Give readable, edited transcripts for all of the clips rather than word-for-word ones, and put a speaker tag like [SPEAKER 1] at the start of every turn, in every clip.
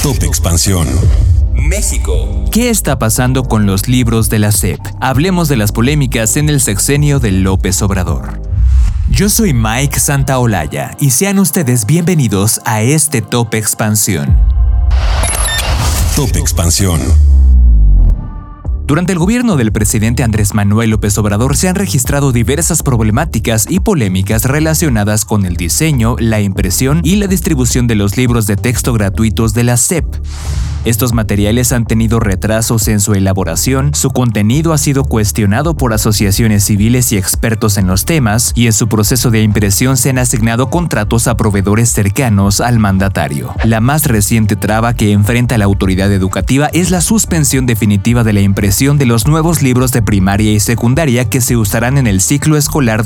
[SPEAKER 1] Top Expansión. México.
[SPEAKER 2] ¿Qué está pasando con los libros de la SEP? Hablemos de las polémicas en el sexenio de López Obrador. Yo soy Mike Santaolalla y sean ustedes bienvenidos a este Top Expansión.
[SPEAKER 1] Top Expansión.
[SPEAKER 2] Durante el gobierno del presidente Andrés Manuel López Obrador se han registrado diversas problemáticas y polémicas relacionadas con el diseño, la impresión y la distribución de los libros de texto gratuitos de la SEP. Estos materiales han tenido retrasos en su elaboración, su contenido ha sido cuestionado por asociaciones civiles y expertos en los temas, y en su proceso de impresión se han asignado contratos a proveedores cercanos al mandatario. La más reciente traba que enfrenta la autoridad educativa es la suspensión definitiva de la impresión de los nuevos libros de primaria y secundaria que se usarán en el ciclo escolar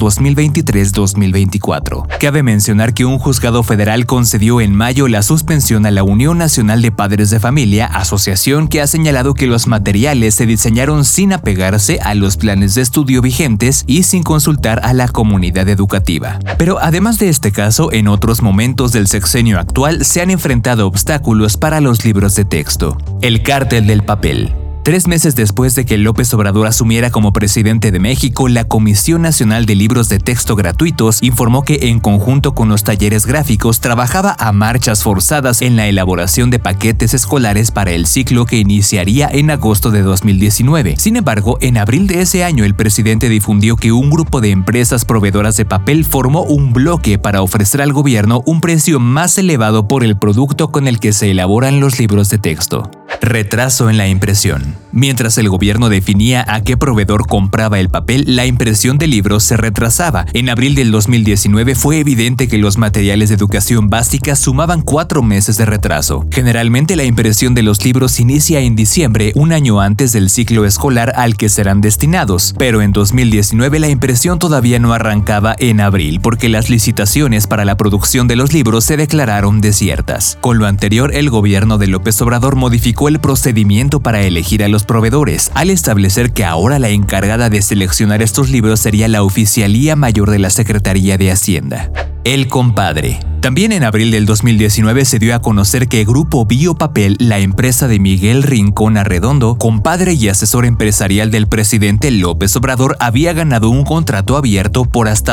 [SPEAKER 2] 2023-2024. Cabe mencionar que un juzgado federal concedió en mayo la suspensión a la Unión Nacional de Padres de Familia, asociación que ha señalado que los materiales se diseñaron sin apegarse a los planes de estudio vigentes y sin consultar a la comunidad educativa. Pero además de este caso, en otros momentos del sexenio actual se han enfrentado obstáculos para los libros de texto. El cártel del papel. 3 meses después de que López Obrador asumiera como presidente de México, la Comisión Nacional de Libros de Texto Gratuitos informó que en conjunto con los talleres gráficos trabajaba a marchas forzadas en la elaboración de paquetes escolares para el ciclo que iniciaría en agosto de 2019. Sin embargo, en abril de ese año el presidente difundió que un grupo de empresas proveedoras de papel formó un bloque para ofrecer al gobierno un precio más elevado por el producto con el que se elaboran los libros de texto. Retraso en la impresión. Mientras el gobierno definía a qué proveedor compraba el papel, la impresión de libros se retrasaba. En abril del 2019 fue evidente que los materiales de educación básica sumaban 4 meses de retraso. Generalmente la impresión de los libros inicia en diciembre, un año antes del ciclo escolar al que serán destinados, pero en 2019 la impresión todavía no arrancaba en abril porque las licitaciones para la producción de los libros se declararon desiertas. Con lo anterior, el gobierno de López Obrador modificó el procedimiento para elegir a los proveedores, al establecer que ahora la encargada de seleccionar estos libros sería la Oficialía Mayor de la Secretaría de Hacienda. El compadre. También en abril del 2019 se dio a conocer que Grupo Biopapel, la empresa de Miguel Rincón Arredondo, compadre y asesor empresarial del presidente López Obrador, había ganado un contrato abierto por hasta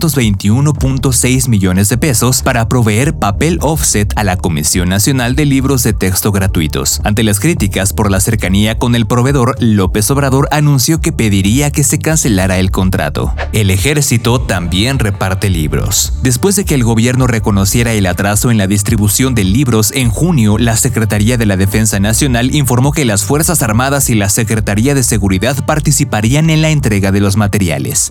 [SPEAKER 2] 221.6 millones de pesos para proveer papel offset a la Comisión Nacional de Libros de Texto Gratuitos. Ante las críticas por la cercanía con el proveedor, López Obrador anunció que pediría que se cancelara el contrato. El ejército también reparte libros. Después de que el gobierno reconociera el atraso en la distribución de libros, en junio, la Secretaría de la Defensa Nacional informó que las Fuerzas Armadas y la Secretaría de Seguridad participarían en la entrega de los materiales.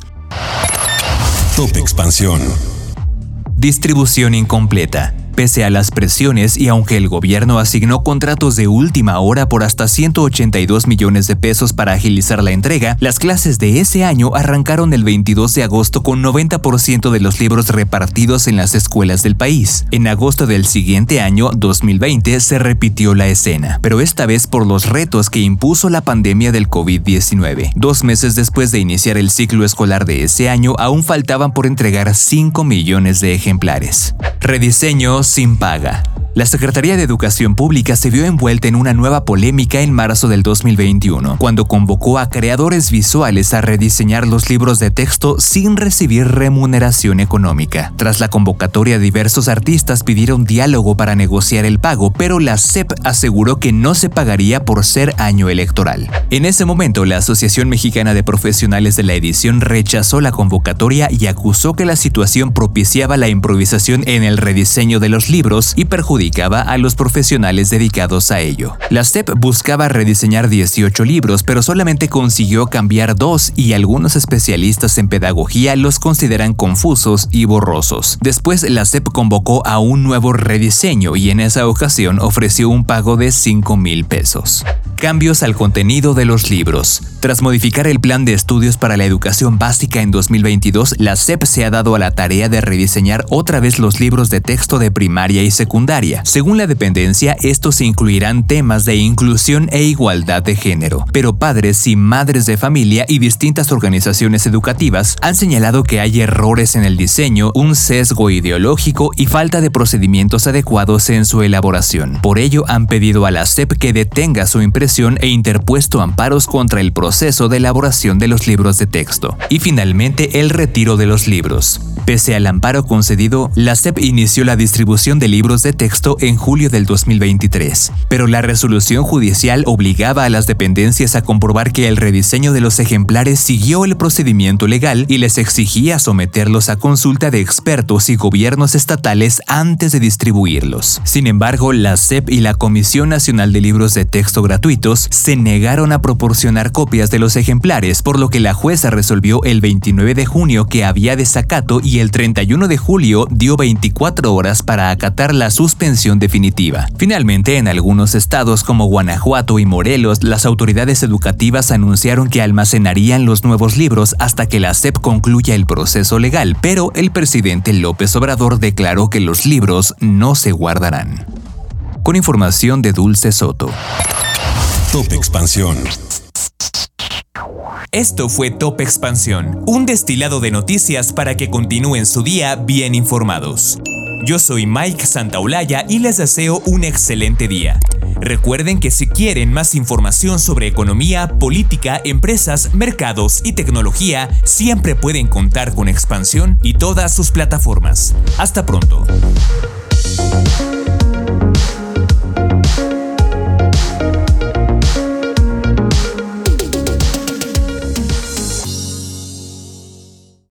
[SPEAKER 1] Top Expansión.
[SPEAKER 2] Distribución incompleta. Pese a las presiones y aunque el gobierno asignó contratos de última hora por hasta 182 millones de pesos para agilizar la entrega, las clases de ese año arrancaron el 22 de agosto con 90% de los libros repartidos en las escuelas del país. En agosto del siguiente año, 2020, se repitió la escena, pero esta vez por los retos que impuso la pandemia del COVID-19. 2 meses después de iniciar el ciclo escolar de ese año, aún faltaban por entregar 5 millones de ejemplares. Rediseño sin paga. La Secretaría de Educación Pública se vio envuelta en una nueva polémica en marzo del 2021, cuando convocó a creadores visuales a rediseñar los libros de texto sin recibir remuneración económica. Tras la convocatoria, diversos artistas pidieron diálogo para negociar el pago, pero la SEP aseguró que no se pagaría por ser año electoral. En ese momento, la Asociación Mexicana de Profesionales de la Edición rechazó la convocatoria y acusó que la situación propiciaba la improvisación en el rediseño de los libros y perjudicaba a los profesionales dedicados a ello. La SEP buscaba rediseñar 18 libros, pero solamente consiguió cambiar 2 y algunos especialistas en pedagogía los consideran confusos y borrosos. Después, la SEP convocó a un nuevo rediseño y en esa ocasión ofreció un pago de 5,000 pesos. Cambios al contenido de los libros. Tras modificar el Plan de Estudios para la Educación Básica en 2022, la SEP se ha dado a la tarea de rediseñar otra vez los libros de texto de primaria y secundaria. Según la dependencia, estos incluirán temas de inclusión e igualdad de género, pero padres y madres de familia y distintas organizaciones educativas han señalado que hay errores en el diseño, un sesgo ideológico y falta de procedimientos adecuados en su elaboración. Por ello, han pedido a la SEP que detenga su impresión e interpuesto amparos contra el proceso de elaboración de los libros de texto. Y finalmente, el retiro de los libros. Pese al amparo concedido, la SEP inició la distribución de libros de texto en julio del 2023, pero la resolución judicial obligaba a las dependencias a comprobar que el rediseño de los ejemplares siguió el procedimiento legal y les exigía someterlos a consulta de expertos y gobiernos estatales antes de distribuirlos. Sin embargo, la SEP y la Comisión Nacional de Libros de Texto Gratuitos se negaron a proporcionar copias de los ejemplares, por lo que la jueza resolvió el 29 de junio que había desacato y el 31 de julio dio 24 horas para acatar la suspensión definitiva. Finalmente, en algunos estados como Guanajuato y Morelos, las autoridades educativas anunciaron que almacenarían los nuevos libros hasta que la SEP concluya el proceso legal, pero el presidente López Obrador declaró que los libros no se guardarán. Con información de Dulce Soto.
[SPEAKER 1] Top Expansión.
[SPEAKER 2] Esto fue Top Expansión, un destilado de noticias para que continúen su día bien informados. Yo soy Mike Santaolalla y les deseo un excelente día. Recuerden que si quieren más información sobre economía, política, empresas, mercados y tecnología, siempre pueden contar con Expansión y todas sus plataformas. Hasta pronto.